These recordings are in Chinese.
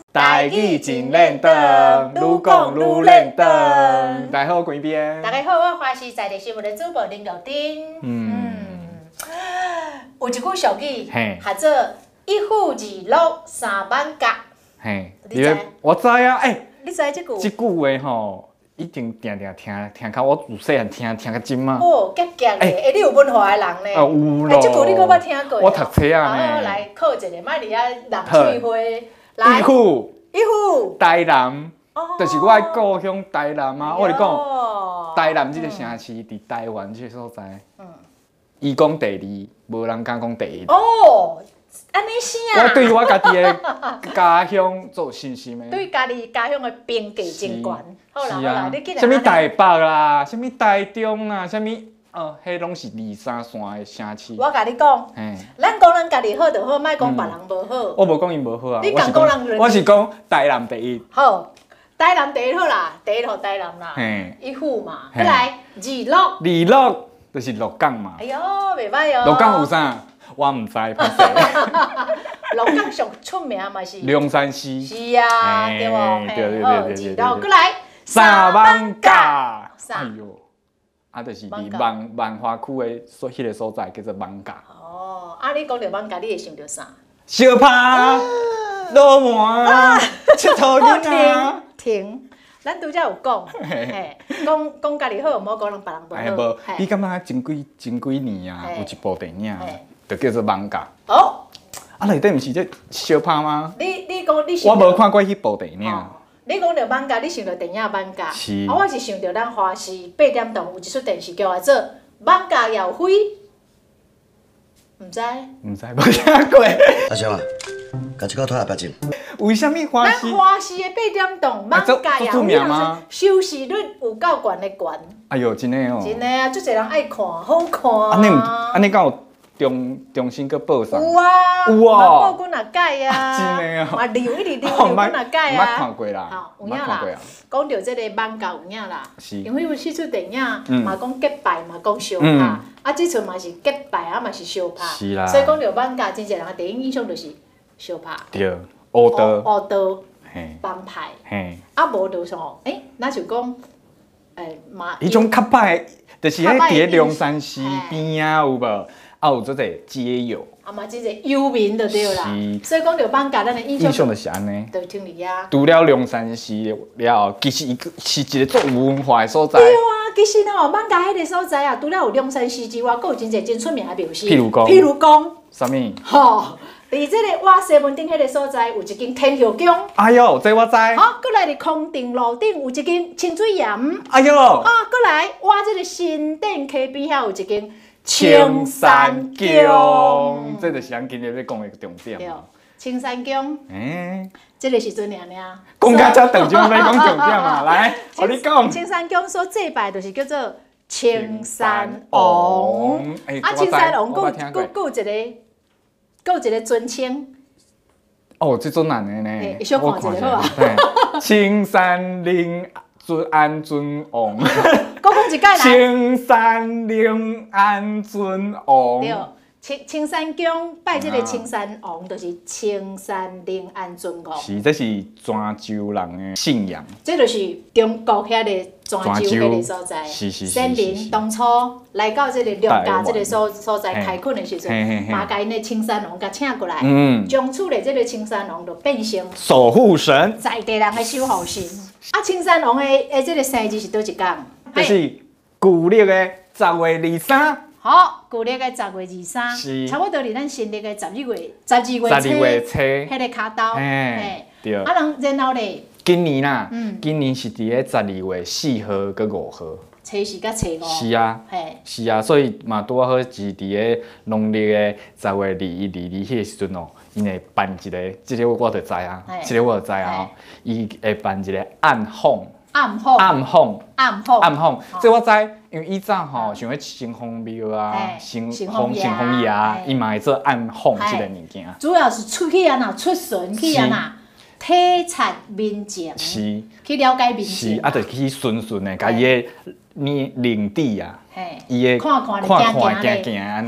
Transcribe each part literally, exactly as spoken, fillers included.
台语真认真，愈讲愈认真。大家好，关边。 大家好，我花是在地新闻的主播林柳丁。嗯，有一句俗语，叫做一户二路三万甲。 嘿，你我知啊，哎， 你知这句？ 这句话吼，一定定定听听到我自细汉听听个真嘛。 哦，夹夹的，哎，你有文化的人呢？ 啊有咯。 哎，这句你搁捌听过？ 我读册啊呢。 好，来考一个，莫伫遐人嘴花。来， 一户。 一户台南，就是我的故乡台南啊！我跟你讲，台南这个城市伫台湾这个所在，伊讲第二，无人敢讲第一。 哦，安尼啥？ 我对我家己的家乡做有信心的。 对家己家乡的评价真悬。好啦好啦，你既然什么台北啦，什么台中啦，什么呃，迄拢是二三线的城市。 我甲你讲，咱讲咱家己好就好，莫讲别人无好。 我无讲伊无好啊， 你讲讲人， 我是讲台南第一。 好，台南第一好啦，第一号台南啦，一户嘛，再来二鹿。 二鹿就是鹿港嘛。 哎呦，袂歹哦。 鹿港有啥？我唔知，歹势。 鹿港上出名嘛是。 龙山寺。 是啊，对无？ 对对对对对对。 二鹿，再来三万甲。哎呦。啊，就是伫万万华区的所迄个所在叫做艋舺。 哦，啊，你讲到艋舺，你会想到啥？ 烧扒、罗盘、佚佗囡仔。 停，咱拄则有讲，嘿，讲讲家己好，毋好讲人别人不好。 哎，无，你感觉前几前几年啊，有一部电影，就叫做艋舺。 哦。 啊，内底毋是这烧扒吗？ 你你讲你我无看过迄部电影。 你讲到艋舺，你想到电影艋舺， 是。 啊，我是想到咱华视八点档有一出电视剧叫做《艋舺摇飞》，唔知？ 唔知，无听过。 阿兄啊，甲这个拖下白镜。 为什么华视？ 咱华视的八点档《艋舺摇飞》收视率有够悬的悬。 哎呦，真的哦。 真的啊，足侪人爱看，好看啊。 安尼唔，安尼敢有重重新搁报上？ 有啊， 有啊， 报几若改啊。 真的哦。 嘛留一直留留几若改啊。 捌看过啦。 好，有影啦。讲到这个艋舺有影啦，因为有四出电影嘛讲结拜嘛讲相拍，啊，这出嘛是结拜啊嘛是相拍， 是啦。 所以讲到艋舺，真侪人第一印象就是相拍。 对，黑道。 黑道。帮派。 嘿。 啊，无就说，诶，那就讲，诶嘛。 迄种较歹，就是迄伫咧龙山寺边啊，有无？啊，有做者街友。 啊嘛，即个游民就对啦。所以讲到艋舺，咱的印象。 印象就是安尼。 就听你啊。 除了龙山寺了后，其实伊是一个足有文化的所在。 对啊，其实吼，艋舺迄个所在啊，除了有龙山寺之外，佫有真侪真出名的庙寺。 譬如讲。 譬如讲。 啥物？ 吼，伫即个我西门町迄个所在，有一间天后宫。 哎呦，这我知。 好，佫来伫康定路顶有一间清水岩。 哎呦。 啊，佫来我即个新店溪边遐有一间。青山宫， 这就是咱今日要讲的重点。 对，青山宫， 诶， 这个时阵尔尔。 讲到这等就要讲重点啊，来，我你讲。 青山宫所祭拜就是叫做青山王，啊，青山王，佫佫佫有一个，佫有一个尊称。 哦，这种难的呢。 诶，小看一下好啊。青山陵尊安尊王。 讲讲一解来。 青山陵安尊王。 对，青青山宫拜这个青山王，就是青山陵安尊王。 是，这是泉州人的信仰。 这就是中国遐个泉州迄个所在。 是是是。 先民当初来到这个陆家这个所所在开垦的时阵，嘛甲因的青山王甲请过来，从此咧这个青山王就变成守护神， 在地人的守护神。啊，青山王的诶，这个生日是倒一天？ 就是旧历的十月二三。 好，旧历的十月二三，差不多伫咱新历的十二月十二月初，迄个卡刀。 嘿，对。 啊，然然后咧， 今年啦，今年是伫咧十二月四号跟五号。 初四甲初五。 是啊，是啊，所以嘛拄好是伫咧农历的十月二一、二二迄个时阵哦，因会办一个，即个我就知啊，即个我就知啊，伊会办一个暗访。 暗访， 暗访， 暗访， 暗访，这我知，因为以前吼想要新丰庙啊，新丰新丰爷，伊嘛会做暗访即个物件。 主要是出去啊呐，出巡去啊呐，体察民情， 是， 去了解民情。 是，啊，就去顺顺的，甲伊的领领地啊，伊的看看、 看看、行行安尼，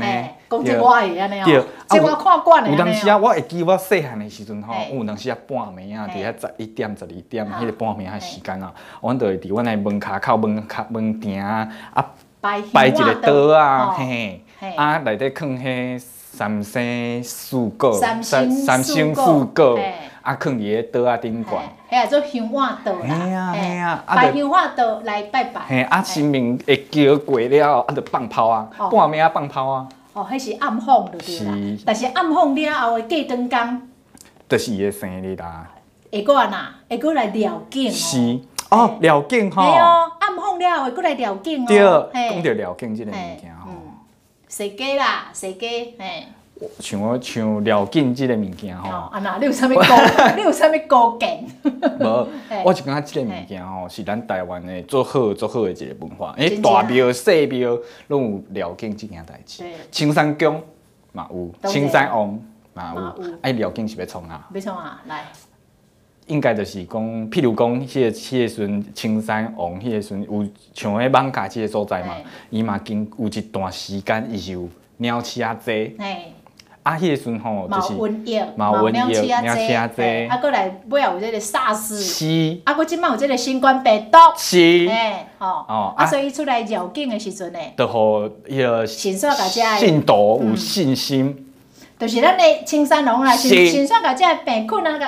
讲这我会安尼哦，这我看惯的。 有当时啊，我会记我细汉的时阵吼，有当时啊半暝啊，伫遐十一点、十二点，迄个半暝遐时间啊，阮就会伫阮的门骹口、门骹门埕啊，啊摆一个刀啊，嘿，啊内底放迄三生四果，三三生四果，啊放伫个刀啊顶悬。 嘿啊，做香碗刀啦， 嘿啊嘿啊， 摆香碗刀来拜拜。 嘿，啊神明会叫过了，啊就放炮啊，半暝啊放炮啊。 哦，迄是暗访就对啦。但是暗访了后的过灯工， 就是伊的生日啦。 会过呐，会过来撩景哦。 是哦，撩景吼。 系哦，暗访了后会过来撩景哦。 对，讲到撩景即个物件吼。 设计啦，设计，嘿。 像我像撩景即个物件吼。 啊那，你有啥物高？你有啥物高见？ 无，我是感觉即个物件吼，是咱台湾的做好做好的一个文化。诶，大庙、细庙拢有撩景即件代志。青山宫嘛有，青山王嘛有。哎，撩景是要创啊？ 要创啊，来。 应该就是讲，譬如讲，迄个迄个时阵青山王迄个时阵有像迄艋舺即个所在嘛，伊嘛经有一段时间伊是有鸟鼠仔济。啊，迄个时阵吼，就是嘛瘟疫， 嘛瘟疫，鸟鼠仔济， 啊，过来尾后有这个 SARS， 是， 啊，搁即摆有这个新冠病毒， 是， 哎，吼，哦，啊，所以出来绕境的时阵呢， 就互迄个信煞甲遮信徒有信心， 就是咱的青山龙啦，信信煞甲遮病菌啊个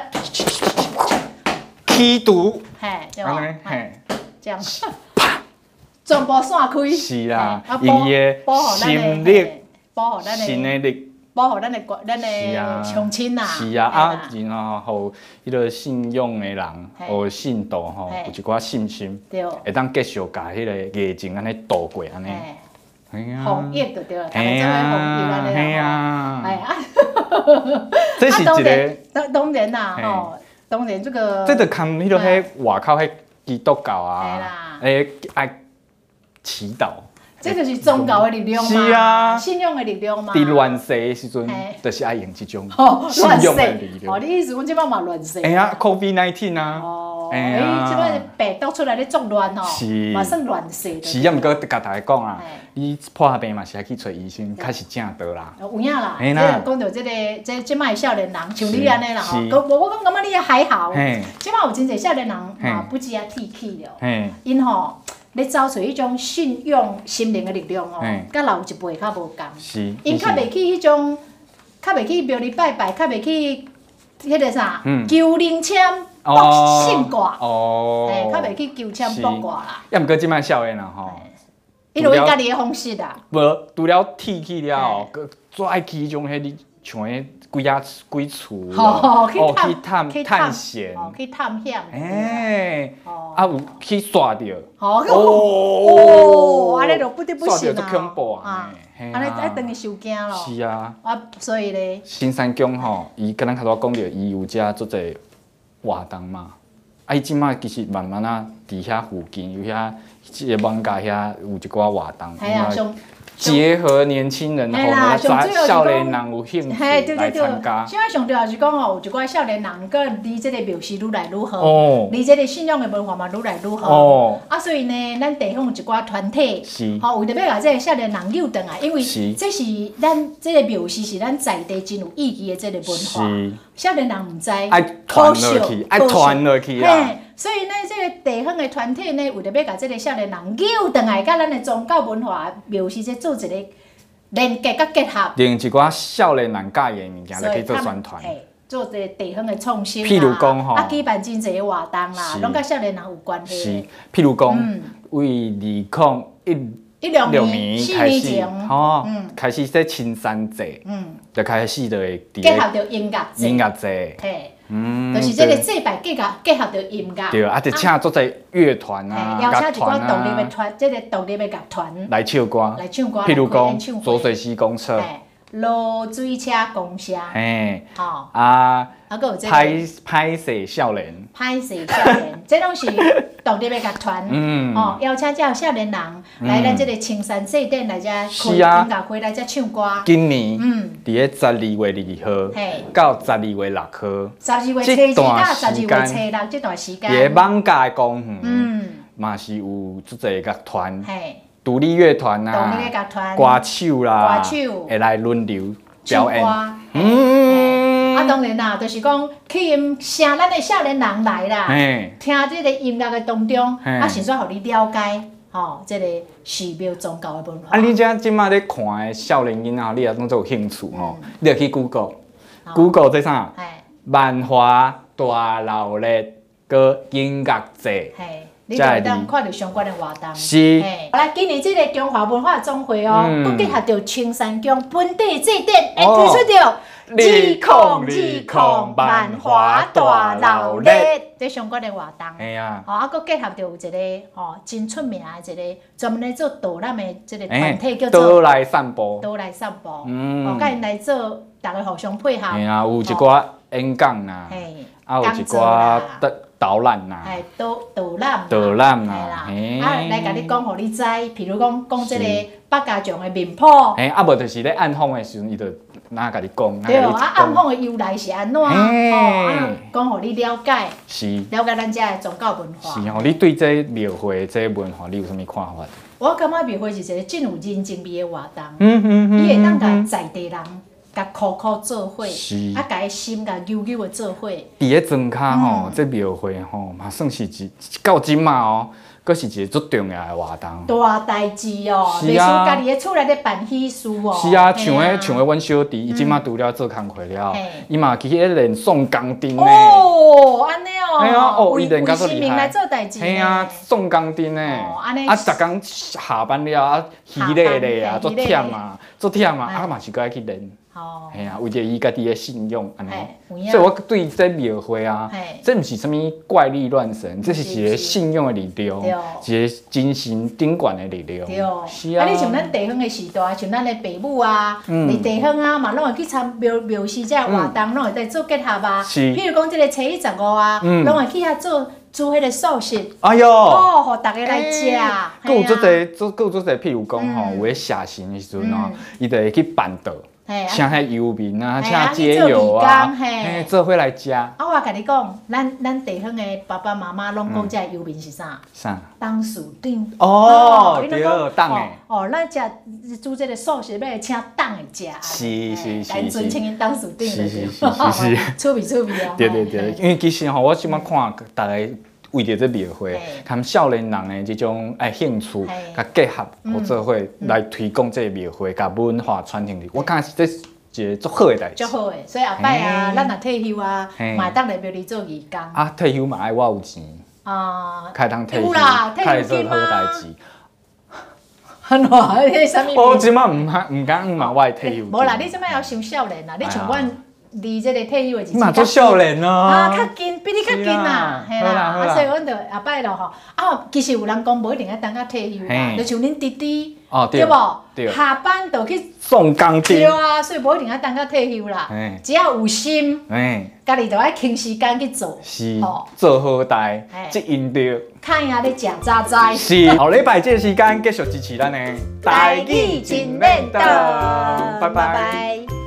驱毒， 嘿，对吧？ 嘿， 这样，啪，全部散开， 是啦，伊的心力， 保护咱的心的力。 保护咱的咱的乡亲呐， 是啊，啊，然后互迄个信用的人，互信徒吼，有一寡信心，会当继续甲迄个疫情安尼度过安尼。 防疫就对了，大家做个防疫安尼啦。哎呀， 这是一个当当然啦，吼，当然这个。 这就看迄个迄外口迄基督教啊，诶爱祈祷。 这就是宗教的力量嘛， 是啊， 信用的力量嘛。 伫乱世的时阵，就是爱用这种信用的力量。 哦，你意思讲即摆嘛乱世？ 哎呀 ，COVID 十九 啊。 哦，哎，即摆病毒出来咧作乱吼，嘛算乱世。 是啊，毋过甲大家讲啊，你破病嘛是爱去找医生，较是正道啦。 有影啦，即讲到即个即即摆少年人，像你安尼啦吼，我我讲感觉你还好。即摆有真侪少年人嘛，不止啊铁气了，因吼。咧找找迄种信用心灵的力量哦，甲老一辈较无共。是。因较袂去迄种，较袂去庙里拜拜，较袂去迄个啥，求灵签、卜信卦。哦。嘿，较袂去求签卜卦啦。 也毋过即摆少年人吼， 因为家己的方式啦。 无，除了铁去了后，佮做爱去迄种迄啲像迄鬼啊鬼厝哦，去探探险， 去探险。 哎。啊，有去刷着， 哦，安尼就不得不行啊，刷着足恐怖啊， 安尼爱等于受惊咯。 是啊， 啊，所以咧， 新山宫吼，伊敢若头拄讲着，伊有遮做者活动嘛，啊，伊即摆其实慢慢啊，伫遐附近有遐即个网咖遐有一寡活动， 系啊，上。 结合年轻人，然后少年人有兴趣来参加。 现在上重要是讲吼，有一寡少年人，佮离这个庙事愈来愈好，离这个信仰的文化嘛愈来愈好。啊，所以呢，咱地方有一寡团体，吼，为着要把这个少年人诱转来，因为这是咱这个庙事是咱在地真有意义的这个文化。少年人唔知， 爱传落去，爱传落去啦。 所以呢，这个地方的团体呢，为着要把这个少年人诱转来，甲咱的宗教文化庙事这做一个连接甲结合， 令一寡少年人介意的物件来去做宣传， 做一个地方的创新譬如讲吼， 啊，举办真侪活动啦，拢甲少年人有关系。 是，譬如讲，为二零一。 一两年开始，吼，开始在青山节，嗯，就开始就会结合着音乐节， 音乐节， 嘿，嗯，就是这个祭拜结合结合着音乐， 对，啊，就请做在乐团啊， 邀请一寡独立的团，这个独立的乐团来唱歌， 来唱歌， 譬如讲浊水溪公车， 落水车公车， 嘿，吼，啊， 啊，个有这个拍拍摄少年， 拍摄少年，这拢是独立的乐团，嗯，哦，邀请这少年人来咱这个青山祭典来遮开音乐会来遮唱歌。 今年，嗯，伫个十二月二号到十二月六号， 十二月初二到十二月初六这段时间， 伫个艋舺公园，嗯，嘛是有足侪乐团，嘿， 独立乐团啊，歌手啦，会来轮流表演。 嗯，啊，当然啦，就是讲去因请咱的少年人来啦，听这个音乐的当中，啊，先说互你了解。哦，这个寺庙宗教的文化。 啊，你遮即马咧看的少年囡仔，你也当做有兴趣吼，你着去 Google，Google 这啥？万华大闹热个音乐节。嘿， 你就会当看到相关的活动。 是。 好啦，今年这个中华文化总会哦，佮结合着青山宫本地祭典，会推出着二零二零万华大闹热。这相关的活动， 哎呀， 哦，啊，佮结合着有一个哦真出名的一个专门来做导览的这个团体叫做倒来散步， 倒来散步，嗯，哦，甲因来做，大家互相配合。 哎呀，有一寡演讲啦，啊，有一寡导导览啦， 哎，导导览， 导览啦， 啊，来甲你讲，互你知，譬如讲讲这个百家将的面谱， 哎，啊，无就是咧暗访的时阵，伊就哪甲你讲， 对，啊，暗访的由来是安怎？哦，啊，讲互你了解， 是了解咱遮的宗教文化。 是哦，你对这庙会这文化，你有啥物看法？ 我感觉庙会是一个真有人情味的活动，嗯嗯嗯，伊会当甲在地人。甲苦苦做伙，啊，甲伊心甲悠悠的做伙。 伫咧庄卡吼，这庙会吼，嘛算是一到今嘛哦，佫是一个足重要的活动。 大代志哦，袂输家己的厝内咧办喜事哦。 是啊，像诶像诶，阮小弟伊即马除了做工课了，伊嘛去咧练送钢钉咧。 哦，安尼哦。 哎呀，哦，伊练甲足厉害。 嘿啊，送钢钉咧。哦，安尼。啊，逐工下班了啊，疲累咧啊，足忝啊，足忝啊，啊嘛是搁爱去练。哦，系啊，为着伊家己的信用安尼，所以我对这庙会啊，这毋是啥物怪力乱神，这是一个信用的力量，一个精神顶悬的力量。 是啊，啊，你像咱地方的时代，像咱的爸母啊，伫地方啊嘛，拢会去参庙庙事这活动，拢会在做结合啊。譬如讲这个初一十五啊，拢会去遐做。煮迄个素食， 哎哟， 哦，互大家来食。 佮有做者，做佮有做者，譬如讲吼，有咧写信的时阵哦，伊就会去办桌，请迄游民啊，请街友啊，嘿，做伙来食。啊， 我甲你讲，咱咱地方的爸爸妈妈拢讲，这游民是啥？ 啥？ 当树长。 哦，对，当诶。 哦，咱食煮这个素食，要请当诶食。 是是是。 来尊请因当树长。 是是是是。 趣味趣味啊。 对对对，因为其实吼，我即摆看大家。为着这庙会，含少年人的这种诶兴趣，甲结合合做伙来推广这个庙会，甲文化传承去。我感觉这是一个足好诶代志。 足好诶，所以后摆啊，咱若退休啊，嘛当来庙里做义工。 啊，退休嘛爱我有钱。啊。开通退休，开做好代志。 很好，迄啥物？ 我即摆唔唔敢嘛，我退休。 无啦，你即摆要想少年啦，你像阮。离这个退休的日子， 嘛做少年咯， 啊，较近，比你较近啦，嘿啦，啊，所以阮就后摆咯吼，啊，其实有人讲无一定要等到退休啦，就像恁弟弟，对无？下班就去送钢钉， 对啊，所以无一定要等到退休啦，只要有心，家己就爱轻时间去做， 是，做好代，即用着， 看下咧食早餐， 是，后礼拜这时间继续支持咱的台语真练道，拜拜。